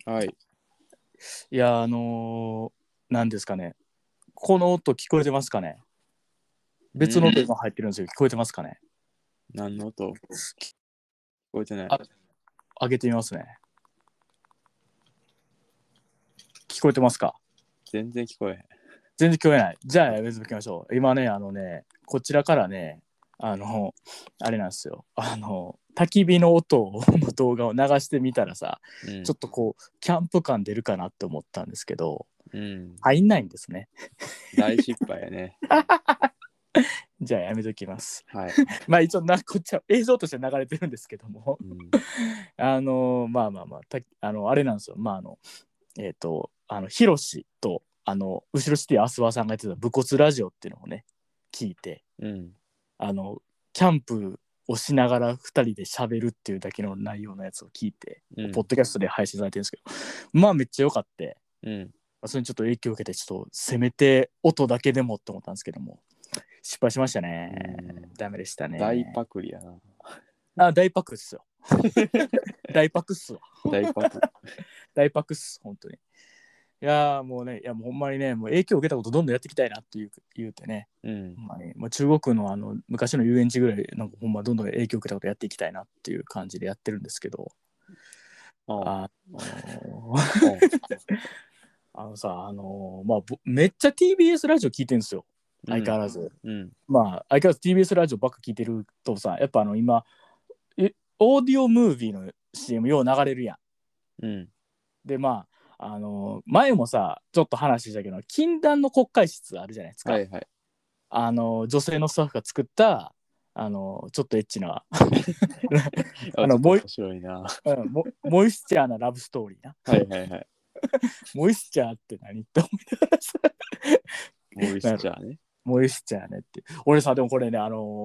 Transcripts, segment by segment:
はい。 いや何ですかね。この音聞こえてますかね。別の音が入ってるんですよ。聞こえてますかね。 何の音聞こえてない。 あ、上げてみますね。聞こえてますか。 全然聞こえへん。 全然聞こえない。じゃあやめときましょう。今ね、こちらからね、あれなんですよ。焚き火の音の動画を流してみたらさ、ちょっとこう、キャンプ感出るかなって思ったんですけど、 うん。 入んないんですね。 大失敗やね。 じゃあやめときます。 はい。 まあ一応こっちは映像として流れてるんですけども、 うん。 まあまあまあ、あれなんですよ。ヒロシと、後ろシティアスワさんがやってた武骨ラジオっていうのをね、聞いて、 うん。 あの、キャンプをしながら2人で喋るっていうだけの内容のやつを聞いて、 うん。 ポッドキャストで配信されてるんですけど、まあめっちゃ良かった。 うん。 それにちょっと影響を受けて、ちょっとせめて音だけでもって思ったんですけども、失敗しましたね。ダメでした大ね。 パクリやな。 大パクっすよ。大パクっすわ。 大パク。 大パクっす、本当に。いやもうね、いやもうほんまにね、もう影響を受けたことどんどんやっていきたいなって言うてね、 うん。 ほんまにもう中国の昔の遊園地ぐらい、なんかほんまどんどん影響を受けたことやっていきたいなっていう感じでやってるんですけど、 ああのあ。 まあ、めっちゃ TBS ラジオ聞いてるんですよ、 うん。 相変わらず。 うん。 まあ、相変わらず TBS ラジオばっか聞いてるとさ、やっぱ今、オーディオムービーの CM よう流れるやん。 うん。 で、まあ、前もさ、ちょっと話したけど、禁断の国会室あるじゃないですか。 はいはい。 女性のスタッフが作った、ちょっとエッチなあ、ちょっとモイ、 面白いな。 モイスチャーなラブストーリーな。 はいはいはい。 モイスチャーって何って思いながらさ、 モイスチャーね。 モイスチャーねって。俺さ、でもこれね、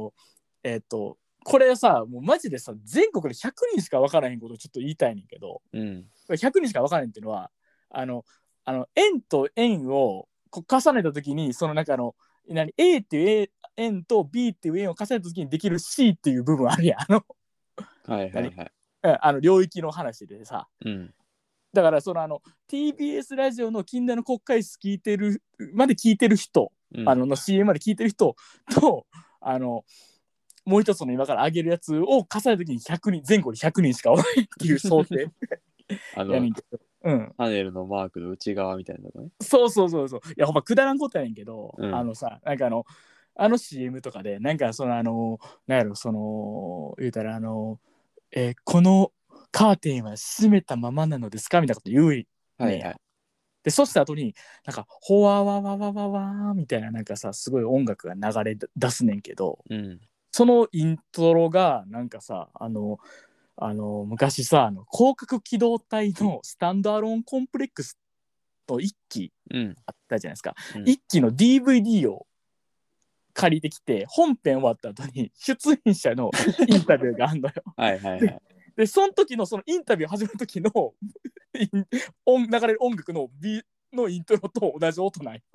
これさ、もうマジでさ、全国で100人しか分からへんことをちょっと言いたいねんけど、 うん。 100人しか分からへんっていうのは、円と円を重ねたときに、そのなんかA っていう、円と B っていう円を重ねたときにできる C っていう部分あるやん。 はいはい何はい。 領域の話でさ、 うん。 だからそのTBS ラジオの近代の国会室聞いてるまで聞いてる人、 うん。 の CM まで聞いてる人と、もう一つの今から上げるやつを重ねた時に100人、全国で100人しかおらないっていう想定あの、 やねんけど。うん。 パネルのマークの内側みたいなとこね。 そうそうそうそう。いや、ほんまくだらんことやねんけど、 うん。 なんかCM とかで、なんかなんやろ、言うたらこのカーテンは閉めたままなのですかみたいなこと言うねんや。 はいはい。 で、そした後に、なんか、ほわわわわわわーみたいな、なんかさ、すごい音楽が流れ出すねんけど、 うん。 そのイントロが、なんかさ、昔さ、広角機動隊のスタンドアローンコンプレックスと一期うん。 あったじゃないですか。 うん。 一期の DVD を借りてきて、本編終わった後に出演者のインタビューがあるのよ。 はいはいはい。 で、その時のそのインタビュー始まる時の流れる音楽の B のイントロと同じ音なんよ。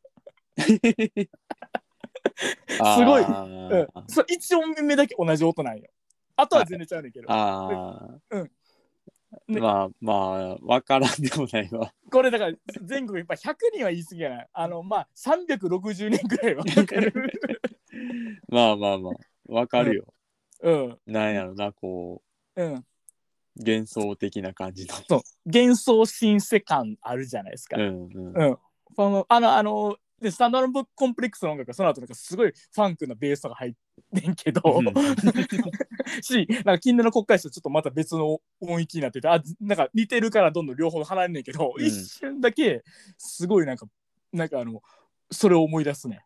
すごい、 あそう1音目だけ同じ音なんよ。あとあ。はい。 は全然ちゃうねんけど。 ああ。 うん。ね、 まあまあ、わからんでもないわ。 これだから全国いっぱい100人は言い過ぎやない。まあ360年ぐらいはわかる。 まあまあまあ、わかうん。 るよ。 うん。 なんやろな、こうん。 う、幻想的な感じの。 そう。幻想新世感あるじゃないですか。 うんうん。 うん。でスタンダードコンプレックスの音楽がその後なんかすごいファンクなベースとか入ってんけどなんか近代の国会室とちょっとまた別の音域になってて、なんか似てるからどんどん両方離れんねんけど、 うん、 一瞬だけすごいなんかそれを思い出すね。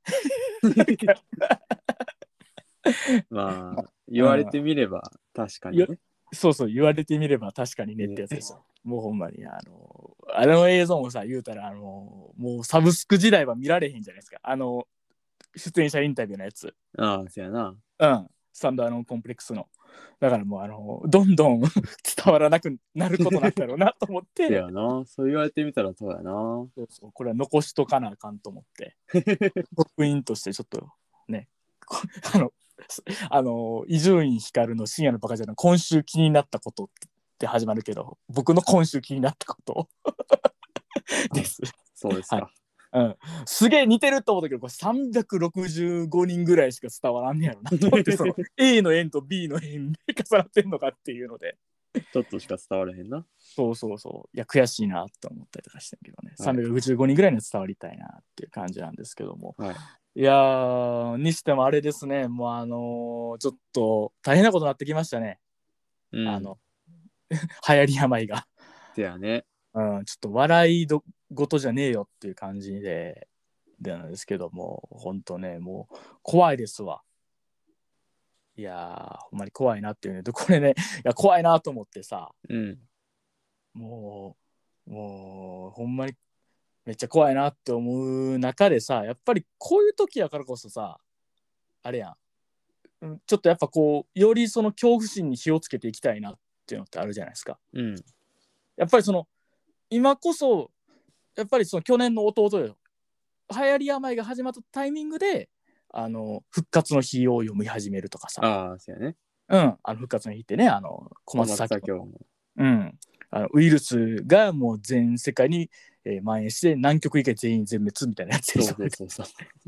まあ、言われうん、 てみれば確かにね。 そうそう、言われてみれば確かにねってやつですよ。もうほんまにあの映像もさ、言うたらもうサブスク時代は見られへんじゃないですか、出演者インタビューのやつ。 ああ、そやな。 うん、スタンダードコンプレックスの。だからもうどんどん伝わらなくなることなんだろうなと思っせて、 やな。そう言われてみたらそうやな。 そうそう、これは残しとかなあかんと思って、国員としてちょっとね、あの伊集院光の深夜のバカじゃない今週気になったことっって始まるけど、僕の今週気になったことです。 そうですか。 すげえ似てると思ったけど、これ365人ぐらいしか伝わらんねやろなと思って、その A の円と B の円で重なってんのかっていうので。 ちょっとしか伝わらへんな。 そうそうそう。いや、悔しいなと思ったりとかしてるけどね。 はい、 365人ぐらいに伝わりたいなっていう感じなんですけども。 はい、 いやー、にしてもあれですね。もうちょっと大変なことになってきましたね。 うん、 流行り病が。 せやね。 ちょっと笑い事じゃねえよっていう感じでなんですけども、本当ね、もう怖いですわ。いやー、ほんまに怖いなっていうね。これね、いや怖いなと思ってさ、 うん、 もうほんまにめっちゃ怖いなって思う中でさ、やっぱりこういう時やからこそさ、あれやん、ちょっとやっぱこうよりその恐怖心に火をつけていきたいなっていうのってあるじゃないですか。 うん、 やっぱりその今こそやっぱりその去年の弟よ、流行り病が始まったタイミングで復活の日を読み始めるとかさ、 ああ、せやね。 復活の日ってね、小松左京の、 ウイルスがもう全世界に、蔓延して南極以外全員全滅みたいなやつでしょ。 そう。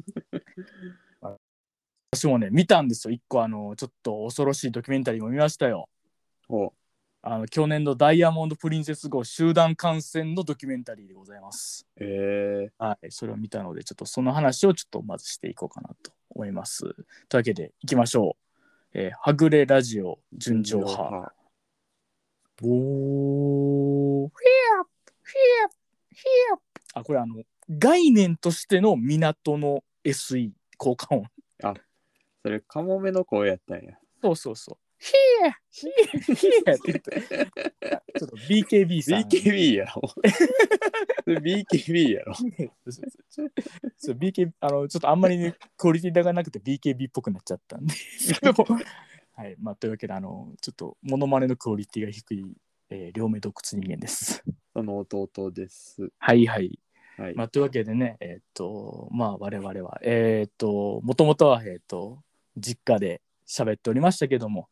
私もね見たんですよ、一個ちょっと恐ろしいドキュメンタリーも見ましたよ。去年のダイヤモンド・プリンセス号集団感染のドキュメンタリーでございます。はい、それを見たのでちょっとその話をちょっとまずしていこうかなと思います。というわけでいきましょう。はぐれラジオ純情派。おー、あ、これ概念としての港の SE 効果音。 あ、それカモメの声やったんや。 そうヒーって言ってちょっと BKB さん BKB やろBKB やろそう BKB ちょっとあんまり、ね、クオリティ高がなくて BKB っぽくなっちゃったんですけどはい、というわけでちょっとモノマネのクオリティが低い、両目洞窟人間です。 その弟です。 はい、というわけでね、我々はもともとは実家で喋っておりましたけども、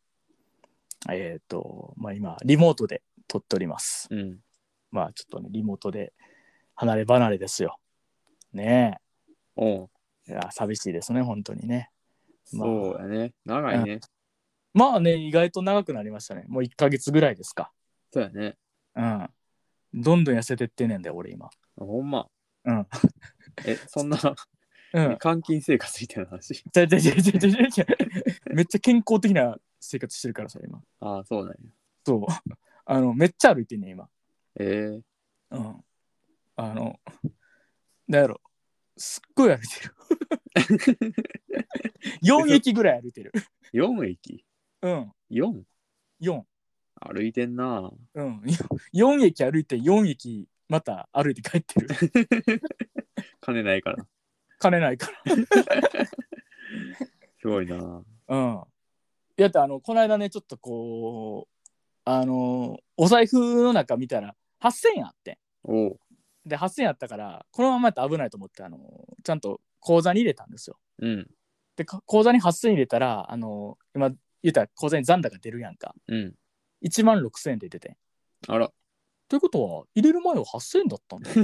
今リモートで撮っております。ちょっとねリモートで離れ離れですよ。ねえ。いや寂しいですね本当にね。 そうやね。長いね。 意外と長くなりましたね。もう1ヶ月ぐらいですか。 そうやね。 どんどん痩せてってんねんだよ俺今。 ほんま。そんな監禁生活みたいな話。 めっちゃ健康的な生活してるからさ今。 ああ、そうなんや。 そうめっちゃ歩いてんねん今。なんやろ、すっごい歩いてる。4駅ぐらい歩いてる。 4駅 4 4歩いてんな。 4駅歩いて4駅また歩いて帰ってる。 金ないから。 金ないから。 すごいな。 やってこの間ねちょっとこうお財布の中見たら8000円あってで8000円あったからこのままやったら危ないと思ってちゃんと口座に入れたんですよ。で口座に8000円入れたら今言ったら口座に残高出るやんか。1万6000円で出て。 あら。 ということは入れる前は8000円だったんだって。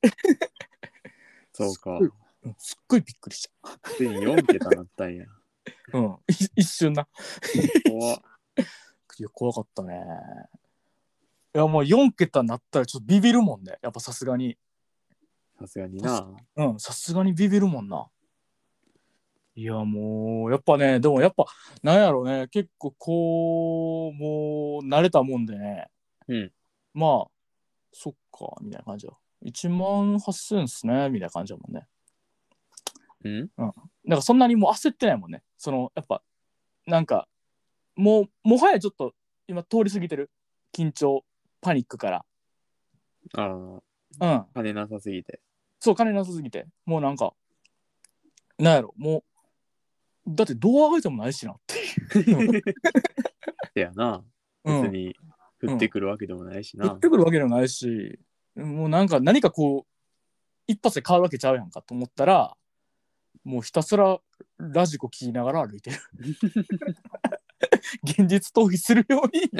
そうか。 すっごいびっくりした。 ついに4桁なったんや。 一瞬な。 怖っ。 いや怖かったね。いやもう4桁になったらちょっとビビるもんね。やっぱさすがに。 さすがにな。 さすがにビビるもんな。いやもうやっぱね、でもやっぱなんやろうね、結構こうもう慣れたもんでね、まあそっかみたいな感じよ。1万8000っすねみたいな感じだもんね。なんかそんなにもう焦ってないもんね。やっぱなんかもはやちょっと今通り過ぎてる緊張パニックから。 金なさすぎて。 そう金なさすぎてもうなんかなんやろもうだって動画上げてもないしなっていう。 せやな。別に降ってくるわけでもないしな。 降ってくるわけでもないし、もうなんか何かこう一発で変わるわけちゃうやんかと思ったら、もうひたすらラジコ聞きながら歩いてる。 現実逃避するように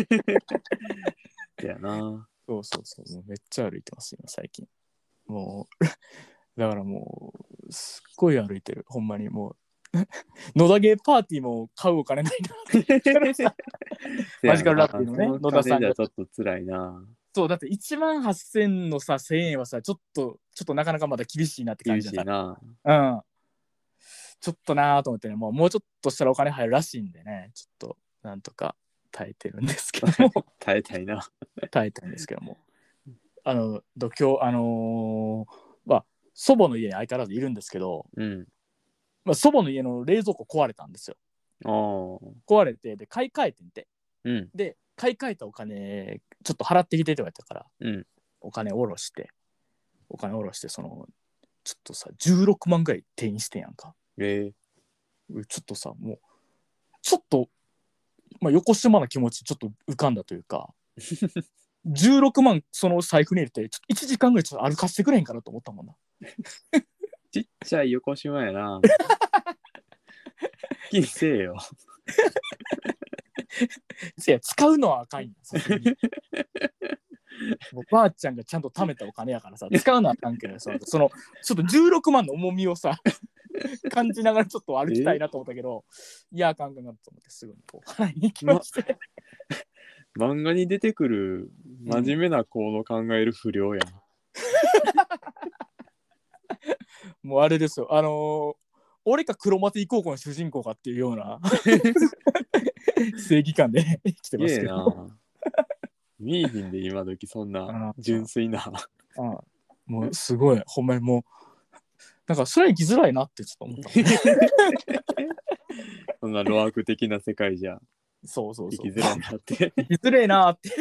やな。 そうそうそう、もうめっちゃ歩いてます今最近。もうだからもうすっごい歩いてる、ほんまにもう野田ゲーパーティーも買うお金ないなマジカルラッピーのね、野田さんが。 ちょっと辛いな。 そうだって1万8000のさ1000円はさちょっとなかなかまだ厳しいなって感じだから。うん。ちょっとなーと思ってね、もうちょっとしたらお金入るらしいんでね、ちょっとなんとか耐えてるんですけども耐えたいな。 耐えたいんですけども、今日まあ祖母の家に相変わらずいるんですけど、 うん。 まあ、祖母の家の冷蔵庫壊れたんですよ。壊れてで買い替えてんて、 うん、 で買い替えたお金ちょっと払ってきてって言われたから、 うん、 お金下ろしてそのちょっとさ16万ぐらい転院してんやんか。ちょっとさもうちょっと、まあ、横島な気持ちちょっと浮かんだというか16万その財布に入れてちょっと1時間ぐらいちょっと歩かせてくれへんかなと思ったもんな。 ちっちゃい横島やな。気にせえよ。 いや使うのはあかんやん。もうばあちゃんがちゃんと貯めたお金やからさ使うのはあかんけどそのちょっと16万の重みをさ感じながらちょっと歩きたいなと思ったけど、いやあかんかなと思ってすぐにこう払いに行きまして、 漫画に出てくる真面目な子の考える不良やん。 もうあれですよ、俺か黒松高校の主人公かっていうような正義感で生きてますけど。 見えひんで今時そんな純粋な。 もうすごいほんまにもうなんかそれは生きづらいなってちょっと思ったもんねそんな路悪的な世界じゃそう生きづらいなって生きづらいなって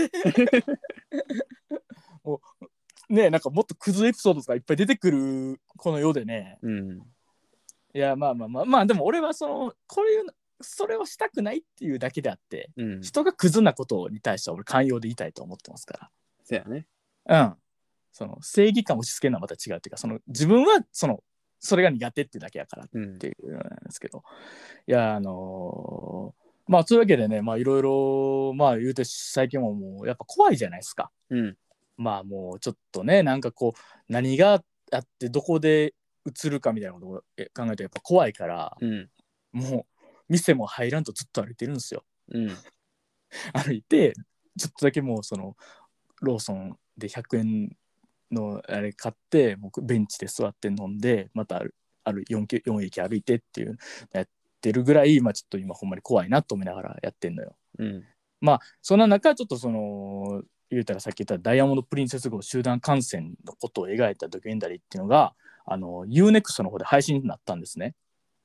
もうねなんかもっとクズエピソードとかいっぱい出てくるこの世でね、 うん、 いやまあでも俺はこういうそれをしたくないっていうだけであって、 うん、 人がクズなことに対しては俺寛容でいたいと思ってますから。 そやね。 うん。その正義感を押し付けるのはまた違うっていうか、自分はそれが苦手っていうだけやからっていうなんですけど、いやまあそういうわけでね、まあいろいろまあ言うて最近もうやっぱ怖いじゃないですか。まあもうちょっとねなんかこう何があってどこで映るかみたいなことを考えてやっぱ怖いから、もう店も入らんとずっと歩いてるんですよ。歩いてちょっとだけもうローソンで100円のあれ買ってもうベンチで座って飲んでまた4駅歩いてっていうやってるぐらい、まあ、ちょっと今ほんまに怖いなと思いながらやってんのよ。まあそんな中ちょっと言うたらさっき言ったダイヤモンド・プリンセス号集団感染のことを描いたドキュメンタリーっていうのがUNEXT の方で配信になったんですね。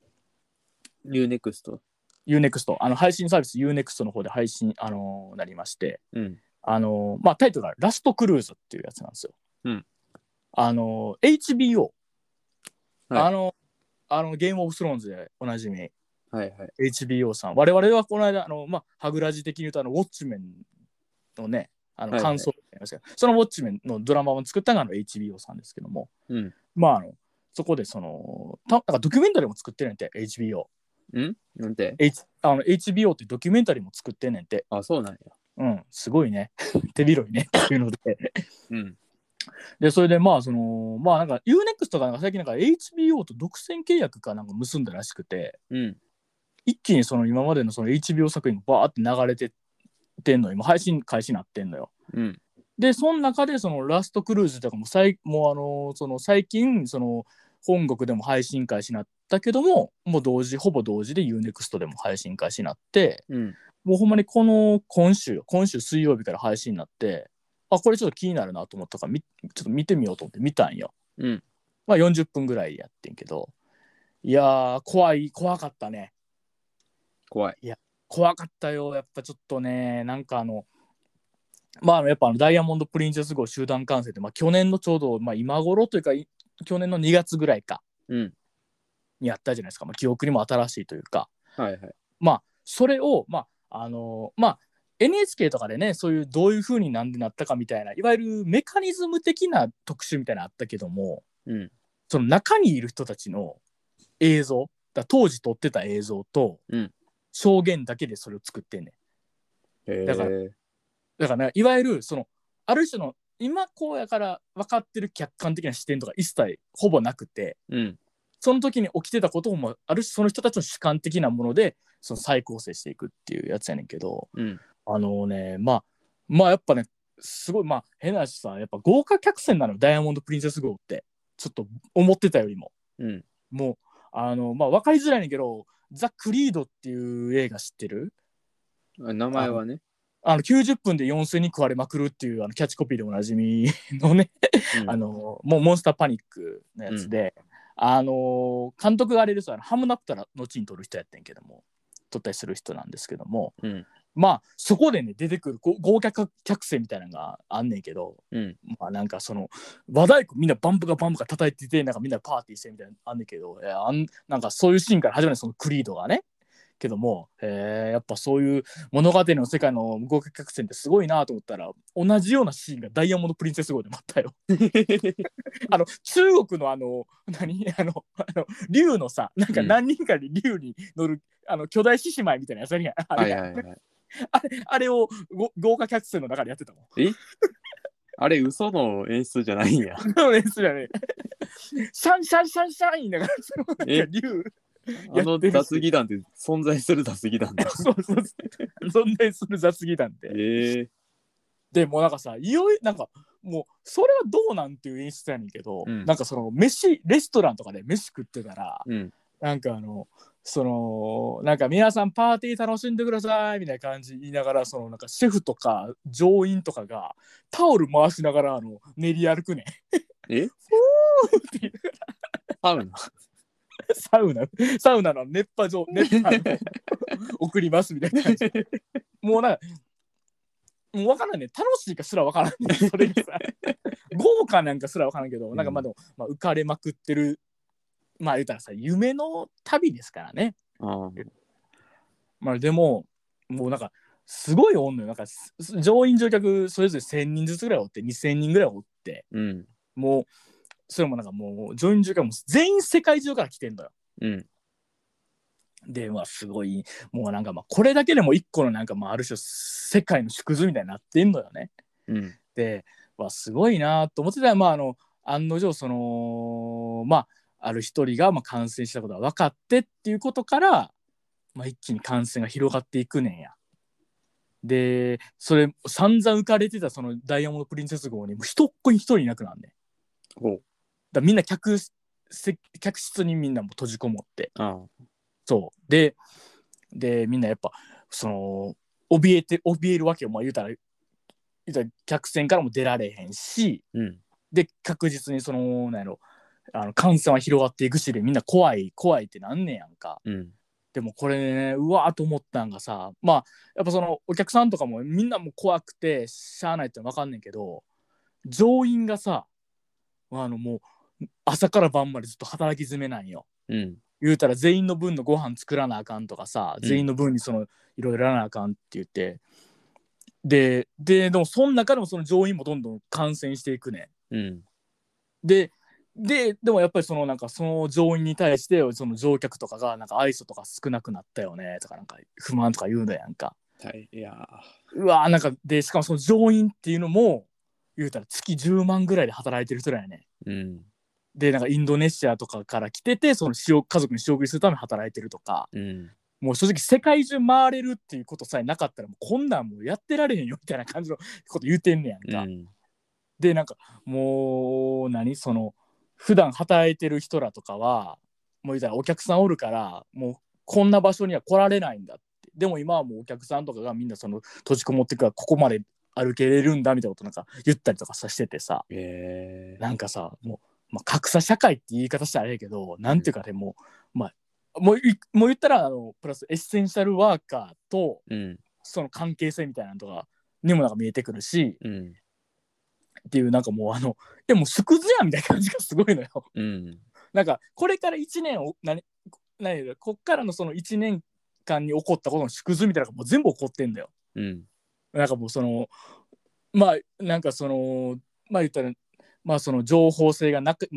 UNEXT 配信サービス UNEXT の方で配信なりまして、まあタイトルがラストクルーズっていうやつなんですよ。HBO、ゲームオブスローンズでおなじみ、HBO さん、我々はこの間まあハグラジ的に言うとウォッチメンのね感想ありますけど、そのウォッチメンのドラマを作ったのがHBO さんですけども、まあそこでなんかドキュメンタリーも作ってるんで HBO。 なんて HBO ってドキュメンタリーも作ってんねんて。 あ、そうなんや。 すごいね。手広いね。っていうので。で、それでまあまあなんか UNEXT が最近なんか HBO と独占契約かなんか結んだらしくて、一気に今までのHBO 作品がバーって流れてってんの今配信開始になってんのよ。で、その中でラストクルーズとかも最近本国でも配信開始になったけども、もうほぼ同時で UNEXT でも配信開始になって、もうほんまに今週水曜日から配信になって、これちょっと気になるなと思ったからちょっと見てみようと思って見たんよ。まあ40分ぐらいやってんけど、いやー怖かったね。いや怖かったよ。やっぱちょっとねなんかまあやっぱダイヤモンド・プリンセス号集団感染って、まあ、去年のちょうど、まあ、今頃というか去年の2月ぐらいか、にやったじゃないですか、まあ、記憶にも新しいというか、まあそれをまあまあ NHK とかでねそういうどういう風になんでなったかみたいないわゆるメカニズム的な特集みたいなのあったけども、その中にいる人たちの映像当時撮ってた映像と、 証言だけでそれを作ってんねん。だからね、いわゆるそのある種の今こうやから分かってる客観的な視点とか一切ほぼなくて、 うん、 その時に起きてたこともある種その人たちの主観的なものでその再構成していくっていうやつやねんけど、 うん、 まあやっぱねすごい変な話さ、やっぱ豪華客船なのダイヤモンド・プリンセス号ってちょっと思ってたよりも、 うん、 もう分かりづらいねんけど、ザ・クリードっていう映画知ってる？ 名前はね。 90分で4000人食われまくるっていうキャッチコピーでおなじみのね、もうモンスターパニックのやつで、監督があれですハムナプタラ後に撮る人やってんけども、撮ったりする人なんですけども、そこでね出てくる豪華客船みたいなのがあんねんけど、なんかその和太鼓みんなバンプが叩いてて、なんかみんなパーティーしてみたいなのあんねんけど、なんかそういうシーンから始まるそのクリードがね、けども、やっぱそういう物語の世界の豪華客船ってすごいなと思ったら、同じようなシーンがダイヤモンド・プリンセス号でもあったよ。中国の竜のさ、なんか何人かに竜に乗る、巨大獅子舞みたいなやつあるやん。あれを豪華客船の中でやってたもん。 あれ嘘の演出じゃないんや。 嘘の演出じゃねえ。シャンシャンシャンシャンだから、そのなんか竜。 雑技団って存在する雑技団だ。 そう存在する雑技団って。でもなんかさ、いよいよなんかもうそれはどうなんていう演出やねんけど、なんかそのレストランとかで飯食ってたら、なんかそのなんか皆さんパーティー楽しんでくださいみたいな感じ言いながら、そのなんかシェフとか乗員とかがタオル回しながら練り歩くねん。フーってサウナの熱波送りますみたいな感じ。もうなんかもう分からんね、楽しいかすら分からんね、それがさ豪華なんかすら分からんけど、なんかでも浮かれまくってる、言うたらさ夢の旅ですからね。でももうなんかすごいおんのよ。なんか乗員乗客それぞれ1000人ずつぐらいおって、2000人ぐらいおって、もうそれもなんかもう乗員乗客も全員世界中から来てんのよ。ですごいもうなんかこれだけでも一個のなんかある種世界の縮図みたいになってんのよね。ですごいなと思ってたら、案の定そのある一人が感染したことが分かってっていうことから、一気に感染が広がっていくねんや。でそれ散々浮かれてたそのダイヤモンド・プリンセス号にもう一っ子に一人いなくなんねん。だみんな客室にみんなも閉じこもって、そうでみんなやっぱその怯えるわけよ。言うたら客船からも出られへんし、で確実にそのなんやろ感染は広がっていくしで、みんな怖いってなんねやんか。でもこれね、うわーと思ったんがさ、やっぱそのお客さんとかもみんなも怖くてしゃあないって分かんねんけど、乗員がさもう朝から晩までずっと働き詰めなんよ。言うたら全員の分のご飯作らなあかんとかさ、全員の分にそのいろいろやらなあかんって言って、でもその中でもその乗員もどんどん感染していくね。でもやっぱりそのなんかその乗員に対してその乗客とかがなんか愛想とか少なくなったよねとかなんか不満とか言うのやんか。 いやうわなんかでしかもその乗員っていうのも言うたら月10万ぐらいで働いてる人らやね。でなんかインドネシアとかから来てて、その家族に仕送りするために働いてるとか、もう正直世界中回れるっていうことさえなかったらもうこんなんもうやってられへんよみたいな感じのこと言うてんねやんか。でなんかもうその普段働いてる人らとかはもう言うたらお客さんおるからもうこんな場所には来られないんだって。でも今はもうお客さんとかがみんなその閉じこもってくからここまで歩けれるんだみたいなことなんか言ったりとかさしててさ、なんかさもう、格差社会って言い方したらあれやけど、なんていうかね、もう言ったらプラスエッセンシャルワーカーと、その関係性みたいなのとかにもなんか見えてくるし、っていうなんかもうもう縮図やんみたいな感じがすごいのよ。なんかこれから1年をこっからのその1年間に起こったことの縮図みたいなのがもう全部起こってんだよ。なんかもうそのなんかその言ったらその情報性がない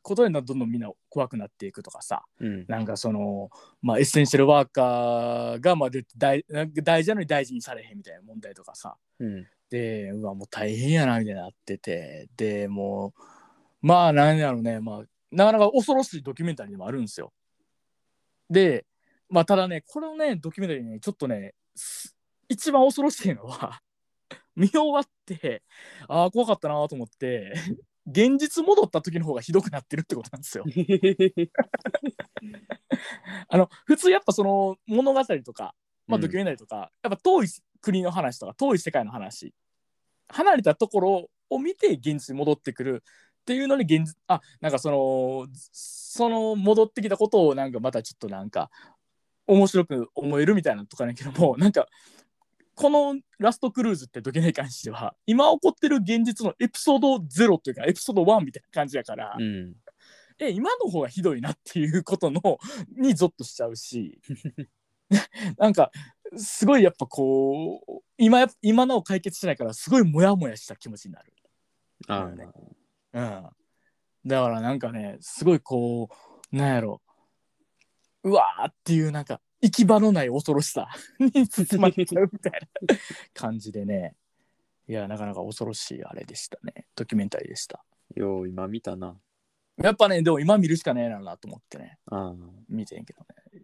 ことでどんどんみんな怖くなっていくとかさ、 なんかそのエッセンシャルワーカーが大事なのに大事にされへんみたいな問題とかさ、でもう大変やなみたいになってて、でもうなんやろうね、なかなか恐ろしいドキュメンタリーでもあるんですよ。でただね、このねドキュメンタリーね、ちょっとね一番恐ろしいのは見終わって怖かったなと思って現実戻った時の方がひどくなってるってことなんですよ。普通やっぱその物語とか、ドキュメンタリーとか、やっぱ遠い国の話とか遠い世界の話、離れたところを見て現実に戻ってくるっていうのになんかその戻ってきたことをなんかまたちょっとなんか面白く思えるみたいなのとかねけども、なんかこのラストクルーズってドキュメンタリーに関しては今起こってる現実のエピソード0というかエピソード1みたいな感じやから、今の方がひどいなっていうことにゾッとしちゃうしなんかすごいやっぱこう今のを解決してないからすごいモヤモヤした気持ちになる。だからなんかね、すごいこうなんやろ、うわーっていうなんか行き場のない恐ろしさに包まれちゃうみたいな感じでね、いやなかなか恐ろしいあれでしたね、ドキュメンタリーでした。 よう今見たな。 やっぱね、でも今見るしかねえなと思ってね、見てんけどね。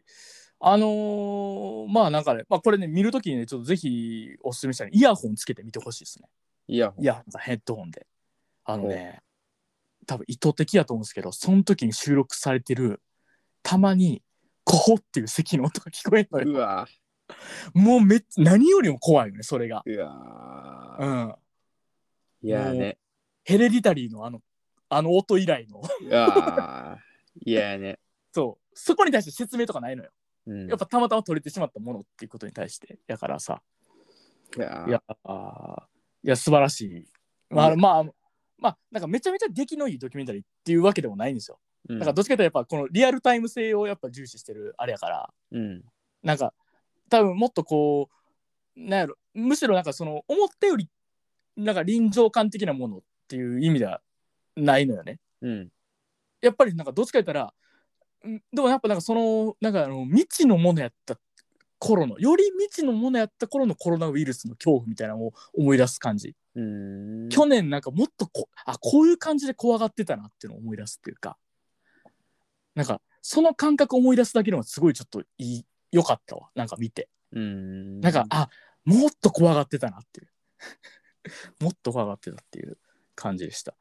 なんかね、これね見るときにね、ちょっとぜひおすすめしたらイヤホンつけて見てほしいですね。イヤホンヘッドホンで多分意図的やと思うんですけど、その時に収録されてるたまにコホっていう咳の音が聞こえるのよ。 うわもう何よりも怖いよね、それが。 うわいやね、 ヘレディタリーのあの音以来のいやね、 そこに対して説明とかないのよ。やっぱたまたま取れてしまったものっていうことに対してやからさ、いや素晴らしい。なんかめちゃめちゃ出来のいいドキュメンタリーっていうわけでもないんですよ。なんかどっちかというとやっぱこのリアルタイム性をやっぱ重視してるあれやから、なんか多分もっとこうなんやろ、むしろなんかその思ったよりなんか臨場感的なものっていう意味ではないのよね。やっぱりなんかどっちか言ったら、でもやっぱなんかそのなんか未知のものやった頃のより未知のものやった頃のコロナウイルスの恐怖みたいなのを思い出す感じ。去年なんかもっとこういう感じで怖がってたなっていうのを思い出すっていうか、なんかその感覚を思い出すだけでもすごいちょっと良かったわ。なんか見て、なんかもっと怖がってたなっていうもっと怖がってたっていう感じでした。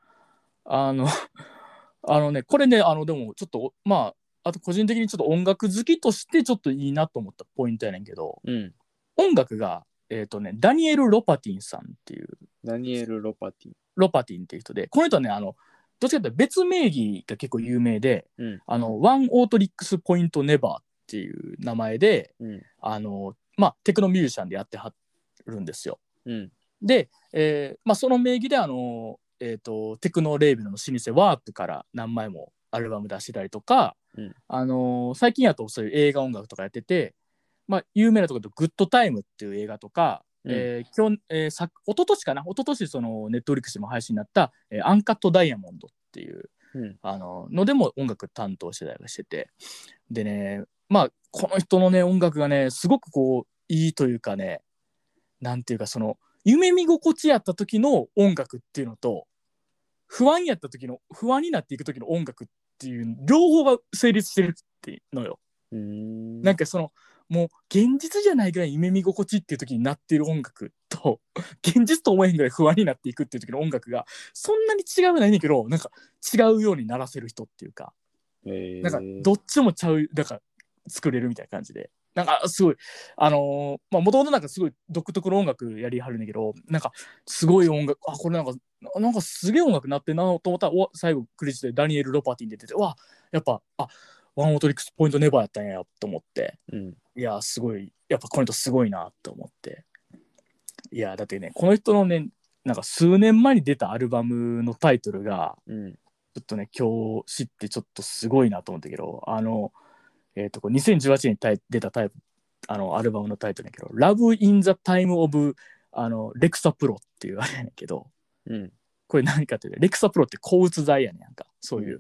これねでもちょっとあと個人的にちょっと音楽好きとしてちょっといいなと思ったポイントやねんけど、音楽がダニエル・ロパティンさんっていうロパティンっていう人で、この人はねどっちかというと別名義が結構有名で、ワンオートリックスポイントネバーっていう名前で、テクノミュージシャンでやってはるんですよ。で、その名義でテクノレーベルの老舗ワープから何枚もアルバム出してたりとか、最近やとそういう映画音楽とかやってて、有名なところだとグッドタイムっていう映画とか、一昨年そのネットフリックスでも配信になった、アンカットダイヤモンドっていう、のでも音楽担当してたりしてて、でねこの人のね音楽がねすごくこういいというかね、なんていうかその夢見心地やった時の音楽っていうのと不安になっていく時の音楽っていう両方が成立してるっていうのよ。なんかそのもう現実じゃないぐらい夢見心地っていう時になっている音楽と現実と思えへんぐらい不安になっていくっていう時の音楽がそんなに違うないねんけど、なんか違うようにならせる人っていうか、なんかどっちもちゃう、だから作れるみたいな感じで、なんかすごいもともとなんかすごい独特の音楽やりはるんだけど、なんかすごい音楽、これなんかすげえ音楽なってんなと思ったら最後クレジットでダニエル・ロパティン出てて、やっぱワンオートリックスポイントネバーやったんやと思って、いやすごい、やっぱこの人すごいなと思って、いやだってねこの人のねなんか数年前に出たアルバムのタイトルが、ちょっとね今日知ってちょっとすごいなと思ったけど、2018年に出たアルバムのタイトルだけど Love in the Time of レクサプロっていうあれやねんけど、これ何かっていうとレクサプロって抗うつ剤やねんか、そういう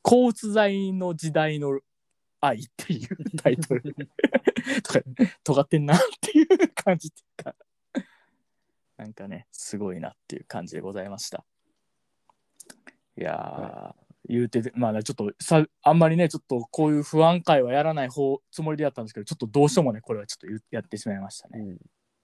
抗うつ剤の時代の愛っていうタイトルとか尖ってんなっていう感じっていうかなんかねすごいなっていう感じでございました。いやー、はい、言うてまあちょっとあんまりねちょっとこういう不安会はやらないつもりでやったんですけどちょっとどうしてもねこれはちょっとやってしまいましたね。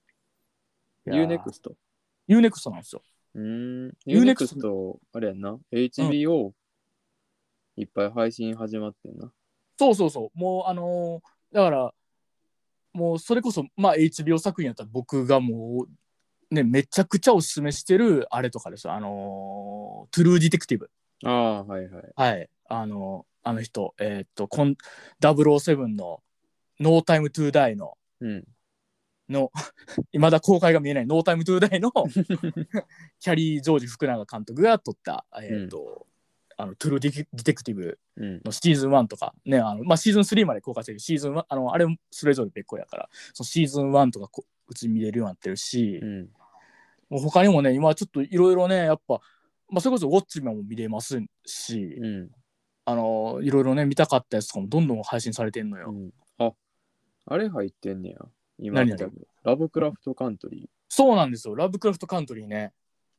UNEXT なんですよ。 UNEXT あれやんな HBO、いっぱい配信始まってんな。 そうもうだからもうそれこそまあ HBO 作品やったら僕がもうねめちゃくちゃおすすめしてるあれとかですよトゥルーディテクティブ。 はいはい。 はい。あの人007のノータイムトゥーダイの、いまだ公開が見えないノータイムトゥーダイのキャリー・ジョージ福永監督が撮った、トゥルーディテクティブのシーズン1とか、ね、シーズン3まで公開してるシーズン1あれそれぞれ別個やからそのシーズン1とかうち見れるようになってるし、もう他にもね今ちょっといろいろねやっぱ、それこそウォッチメンも見れますし、いろいろね見たかったやつとかもどんどん配信されてんのよ。 あれ入ってんねや。今見たけどラブクラフトカントリー。 そうなんですよラブクラフトカントリーね。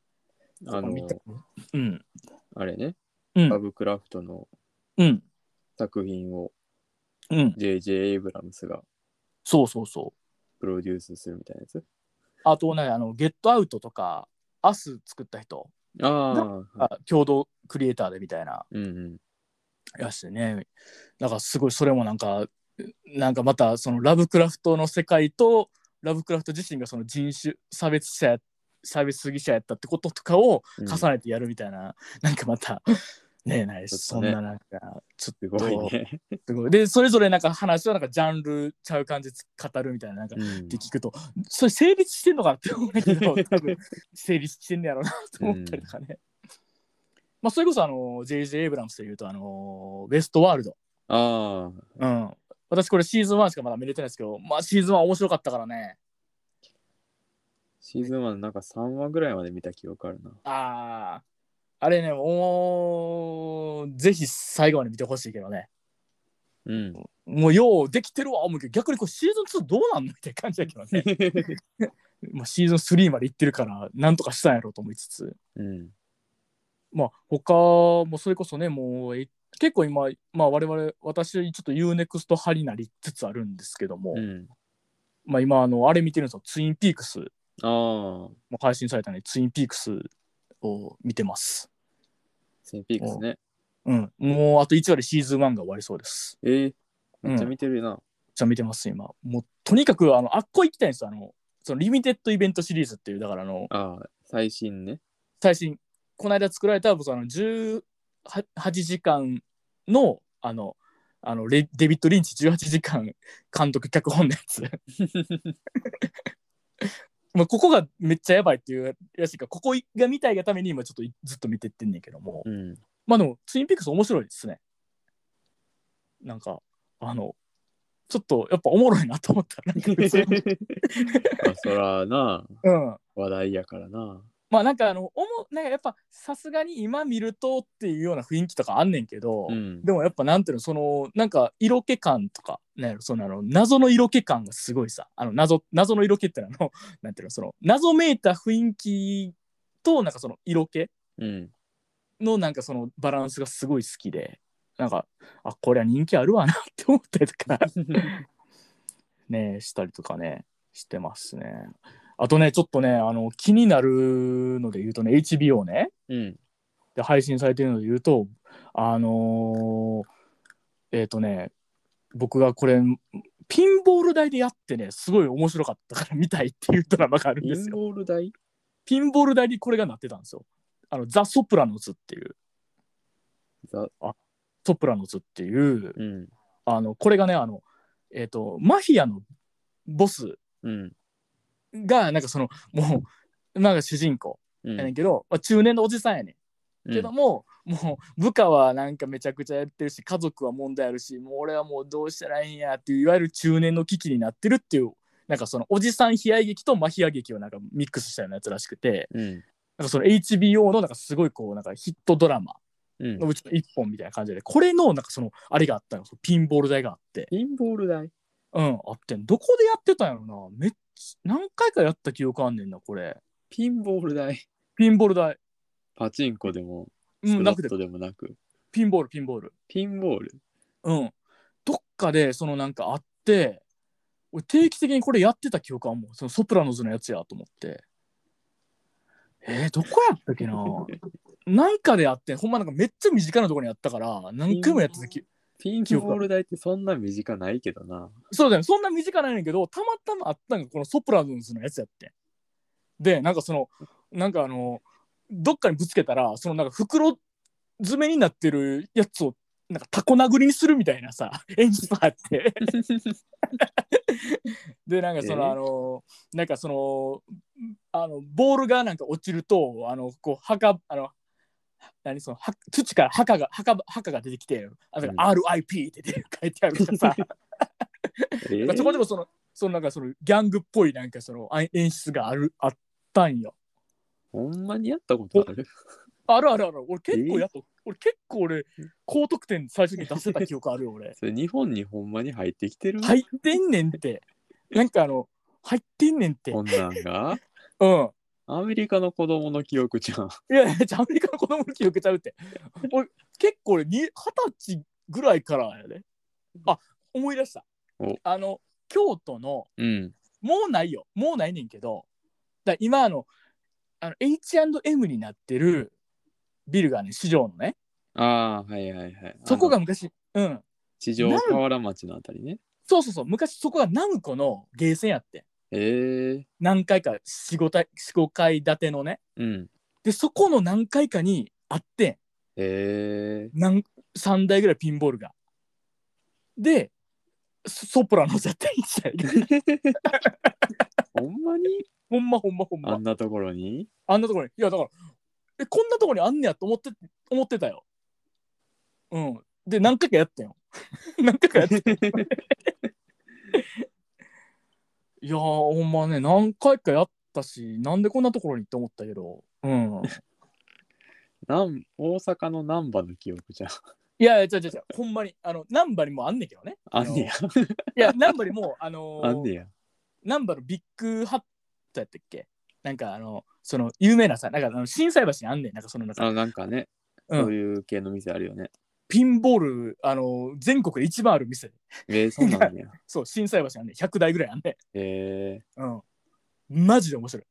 あれね、ラブクラフトの作品を J.J. エイブラムスがプロデュースするみたいなやつ。 あとねゲットアウトとかアス作った人が共同クリエイターでみたいなやしてね。だからすごいそれもなんかまたそのラブクラフトの世界とラブクラフト自身がその人種差別主義者やったってこととかを重ねてやるみたいな、なんかまたねえそんななんかちょっとすごいねすごいでそれぞれなんか話はなんかジャンルちゃう感じで語るみたいななんかって聞くと、それ成立してんのかなって思うんだけど多分成立してんのやろうなと思ったりとかね。それこそJ.J. エイブラムスでいうとウエストワールド。私これシーズン1しかまだ見れてないですけど、シーズン1面白かったからね。 シーズン1なんか3話ぐらいまで見た記憶あるな。 あれね、もうぜひ最後まで見てほしいけどね。もうようできてるわ思うけど、逆にこれシーズン2どうなんのみたいな感じだけどね。シーズン3までいってるからなんとかしたんやろうと思いつつ、他もそれこそねもう結構今、私ちょっと UNEXT 派になりつつあるんですけども、今あれ見てるんですよ。ツインピークスも配信されたね。ツインピークスを見てます。 ツインピークスね。 もうあと1話でシーズン1が終わりそうです。 めっちゃ見てるな。 めっちゃ見てます今。もうとにかくあっこ行きたいんですよ。そのリミテッドイベントシリーズっていうだから最新ね。 最新この間作られた18時間のデビッド・リンチ18時間監督脚本のやつここがめっちゃやばいっていうらしいからここが見たいがために今ちょっとずっと見てってんねんけども、でもツインピークス面白いですね。なんかちょっとやっぱおもろいなと思ったそらな、話題やからな。 なんかやっぱさすがに今見るとっていうような雰囲気とかあんねんけど、でもやっぱなんていうのそのなんか色気感とかねその謎の色気感がすごいさ謎の色気ってなんていうのその謎めいた雰囲気となんかその色気のなんかそのバランスがすごい好きでなんかこれは人気あるわなって思ったりとかねしたりとかねしてますね。あとねちょっとね気になるので言うとね HBO ね、で配信されてるので言うと僕がこれピンボール台でやってねすごい面白かったから見たいっていうドラマがあるんですよ。ピンボール台にこれがなってたんですよ。ザ・ソプラノズっていうソプラノズっていう、これがねマフィアのボスがなんかそのもうなんか主人公やねんけど、中年のおじさんやねんけども、もう部下はなんかめちゃくちゃやってるし家族は問題あるしもう俺はもうどうしたらいいんやっていういわゆる中年の危機になってるっていうなんかそのおじさん悲哀劇とマフィア劇をなんかミックスしたようなやつらしくて、なんかその HBO のなんかすごいこうなんかヒットドラマのうちの1本みたいな感じで、これのなんかそのあれがあったの、ピンボール台があって。 ピンボール台あってん。どこでやってたんやろな。何回かやった記憶あんねんな、これ。 ピンボール台ピンボール台。 パチンコでも、スロットでもなく。 ピンボール。ピンボール。どっかで、そのなんかあって、俺定期的にこれやってた記憶あんもん。そのソプラノズのやつやと思って。どこやったっけななんかでやって、ほんまなんかめっちゃ身近なところにやったから、何回もやってたピンボール台ってそんな身近ないけどな。 そうだよ、そんな身近ないねんけど、たまたまあったんがこのソプラノズのやつやって。で、なんかその、なんかどっかにぶつけたら、そのなんか袋詰めになってるやつをなんかタコ殴りにするみたいなさ演出があってでなんかそのなんかそのボールがなんか落ちるとこう何その土から墓が出てきてRIP って書いてあるからさそこでもそのなんかそのギャングっぽいなんかその演出があったんよ。 ほんまにやったことある？ ある。俺結構俺高得点最初に出せた記憶あるよ俺。 それ日本にほんまに入ってきてる？ 入ってんねんって。なんか入ってんねんって。 こんなんがアメリカの子供の記憶じゃん。 いやアメリカの子供の記憶ちゃうって。俺結構俺20歳ぐらいからやで。思い出した。京都の、もうないねんけど、だ今H&M になってるビルがね、市場のね。 はい。 そこが昔、 市場河原町のあたりね。 そう。昔そこがナムコのゲーセンやって。何回か4、5階建てのね。で、そこの何階かにあって、3台ぐらいピンボールが。で、ソプラノ絶対1台。 ほんまに？ ほんま。 あんなところに？いやだから、こんなところにあんねやと思ってたよ。で、何回かやったよ。いやほんまね、何回かやったし、なんでこんなところにって思ったけど。大阪の難波の記憶じゃん。 いや、ほんまに、難波にもあんねんけどね。 あんねや。 いや、難波にも、 あんねや。 難波のビッグハットやったっけ？なんかその有名なさ、なんか心斎橋にあんねん。なんかそのなんかね、そういう系の店あるよね。 ピンボール、全国で一番ある店。 そうなんや。 そう、心斎橋あんねん。100台ぐらいあんねん。マジで面白い。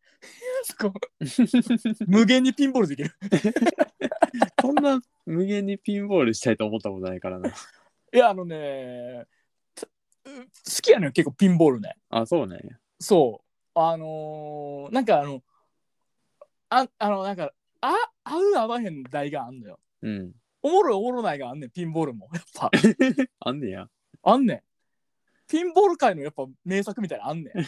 無限にピンボールできる。 そんな無限にピンボールしたいと思ったことないからな。 いや好きやねん結構ピンボールね。 そうなんや。 そうなんかなんか合う合わへん台があんのよ。おもろないがあんねん。ピンボールもやっぱあんねや。 あんねん。ピンボール界のやっぱ名作みたいなのあんねん。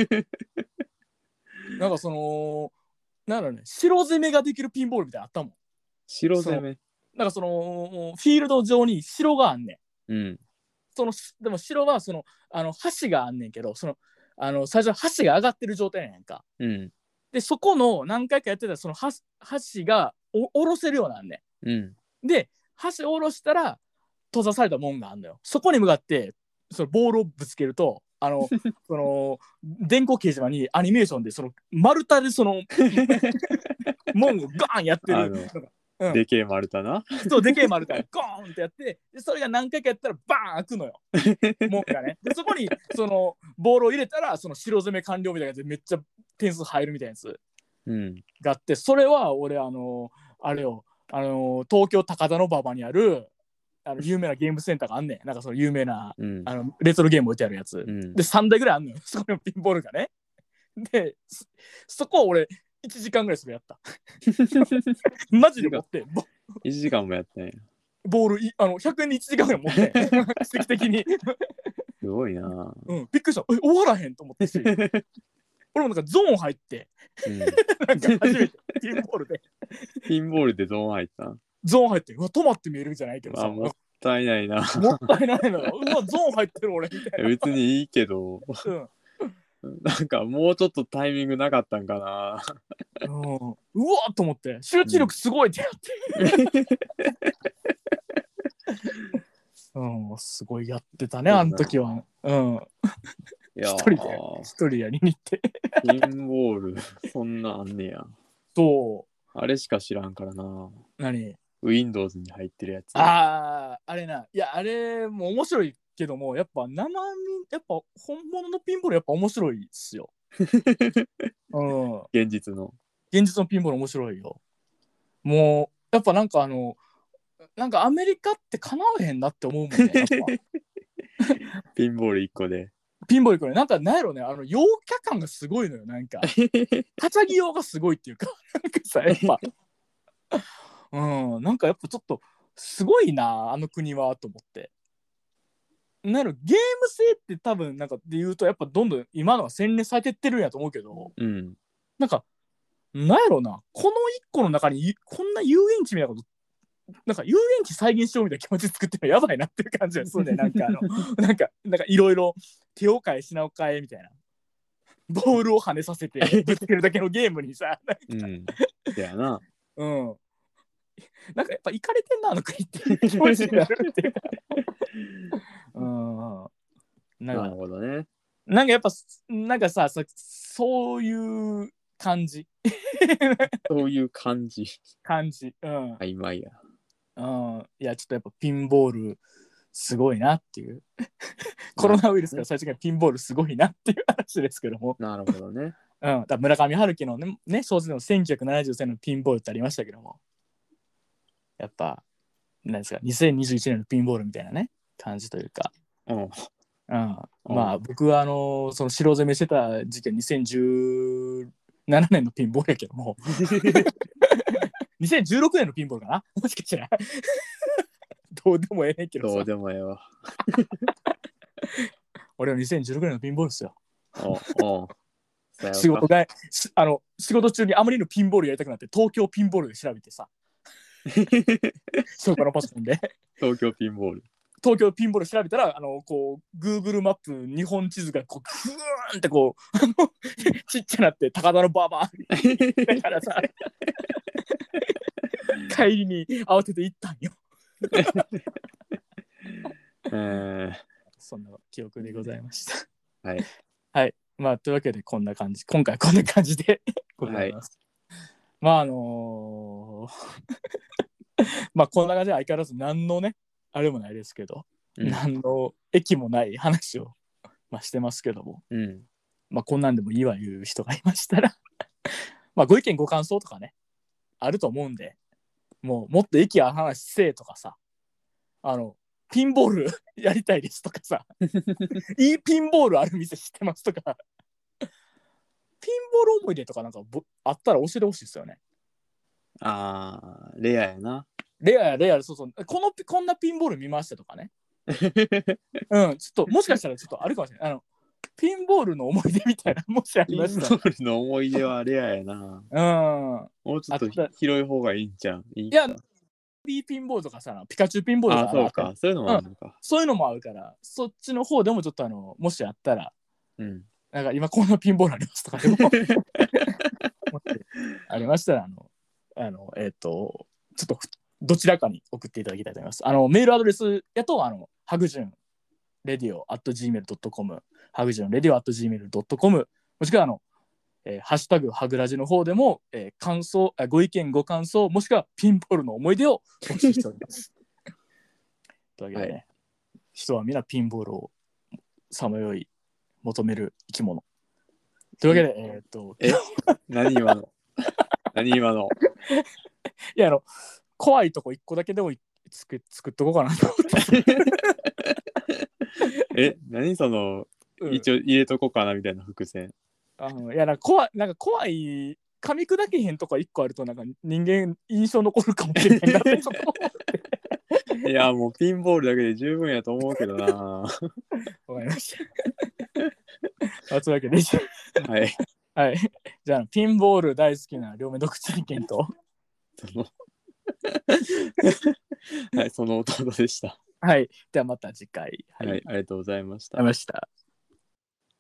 なんかそのなんだろうね、白攻めができるピンボールみたいなのあったもん。 白攻め？ なんかそのフィールド上に城があんねん。でも城はその橋があんねんけど、その最初橋が上がってる状態やねんか。でそこの何回かやってたその橋が下ろせるようなんねん。で橋下ろしたら閉ざされた門があんのよ。そこに向かってそのボールをぶつけるとその電光掲示板にアニメーションでその丸太でその門をガーンやってるでけえ丸太な。 そう、でけえ丸太ゴーンってやって、でそれが何回かやったらバーン開くのよ。門がね。でそこにそのボールを入れたらその白攻め完了みたいなやつでめっちゃ点数入るみたいなやつがあって、それは俺あれよ東京高田馬場にある有名なゲームセンターがあんねん。なんかその有名な、レトロゲーム置いてあるやつ、で3台ぐらいあんのよ。そこのピンボールがね。でそこを俺1時間ぐらいそれやったマジで持って 1時間もやったんや。 ボール100円で1時間ぐらい持って奇跡的にすごいな。 びっくりした。終わらへんと思ってし俺もなんかゾーン入って、なんか初めてピンボールでゾーン入った。 ゾーン入って止まって見えるじゃないけどさ、 もったいないな。 もったいないのよ。ゾーン入ってる俺みたいな。 別にいいけど、 なんかもうちょっとタイミングなかったんかな。 うわっと思って集中力すごいってやって、すごいやってたねあの時は。一人でやりに行って。 ピンボールそんなあんねや。 そう。 あれしか知らんからな。 何？ Windows に入ってるやつ。 あれな。いやあれも面白いけども、やっぱやっぱ本物のピンボールやっぱ面白いっすよ。 現実のピンボール面白いよ。もうやっぱなんかアメリカってかなわへんなって思うもんね。やっぱピンボール1個で。 ピンボール1個でなんかなんやろね、陽キャ感がすごいのよ。なんかはしゃぎようがすごいっていうか、なんかさやっぱなんかやっぱちょっとすごいなあの国はと思って。なんやろゲーム性って多分なんかで言うとやっぱどんどん今のは洗練されてってるんやと思うけど、なんかなんやろな、この1個の中にこんな遊園地みたいなこと、なんか遊園地再現しようみたいな気持ち作ってるのやばいなっていう感じがするね。なんかなんかいろいろ手を変え品を変えみたいな、ボールを跳ねさせてぶつけるだけのゲームにさ、 やな。 なんかやっぱイカれてんなあの国って気持ちになるっていうかなるほどね。 なんかやっぱなんかさそういう感じそういう感じ曖昧や。 いやちょっとやっぱピンボールすごいなっていうコロナウイルスから最初からピンボールすごいなっていう話ですけども。 なるほどね。 だ村上春樹のね小説の1973年のピンボールってありましたけども、やっぱ何ですか2021年のピンボールみたいなね感じというか。まあ僕はその城攻めしてた時期は2017年のピンボールやけども2016年のピンボールかなもしかしたらどうでもええねんけどさ。 どうでもええわ俺は2016年のピンボールですよ。 仕事中にあまりのピンボールやりたくなって東京ピンボールで調べてさそこのパソコンで東京ピンボール調べたらこう Google マップ日本地図がこうグーンってこうちっちゃなって高田のバーバーだからさ帰りに慌てて行ったんよそんな記憶でございました。はい。まあというわけで今回こんな感じでございます。まあまあこんな感じで相変わらず何のねあれもないですけど、何の益もない話を、してますけども、まあこんなんでもいいわいう人がいましたらまあご意見ご感想とかねあると思うんで、もっと益ある話せえとかさ、ピンボールやりたいですとかさいいピンボールある店知ってますとかピンボール思い出とかなんかあったら教えてほしいですよね。 レアやな。 レアそうこんなピンボール見ましたとかねちょっともしかしたらちょっとあるかもしれない。ピンボールの思い出みたいなもしありましたら。 ピンボールの思い出はレアやな。もうちょっと広い方がいいんじゃん。いやピンボールとかさピカチュウピンボールとかそうかそういうのもあるのか、 そういうのもあるからそっちの方でもちょっともしあったら、なんか今こんなピンボールありますとかでもありましたらちょっとどちらかに送っていただきたいと思います。メールアドレスやとハグジュンレディオ @gmail.com ハグジュンレディオ @gmail.com もしくはハッシュタグハグラジの方でも、感想ご意見ご感想もしくはピンボールの思い出を募集しておりますというわけでね、人は皆ピンボールをさまよい求める生き物というわけで何今のいや怖いとこ一個だけでも作っとこうかなと思って何その、一応入れとこうかなみたいな伏線。 いやなんか怖い噛み砕けへんとか一個あるとなんか人間印象残るかもしれないなっていやもうピンボールだけで十分やと思うけどな。 わかりましたというわけではい、じゃあピンボール大好きな両目洞窟人間とはい、その弟でした。 はい、ではまた次回。 はい、ありがとうございました。 ありがとうございました。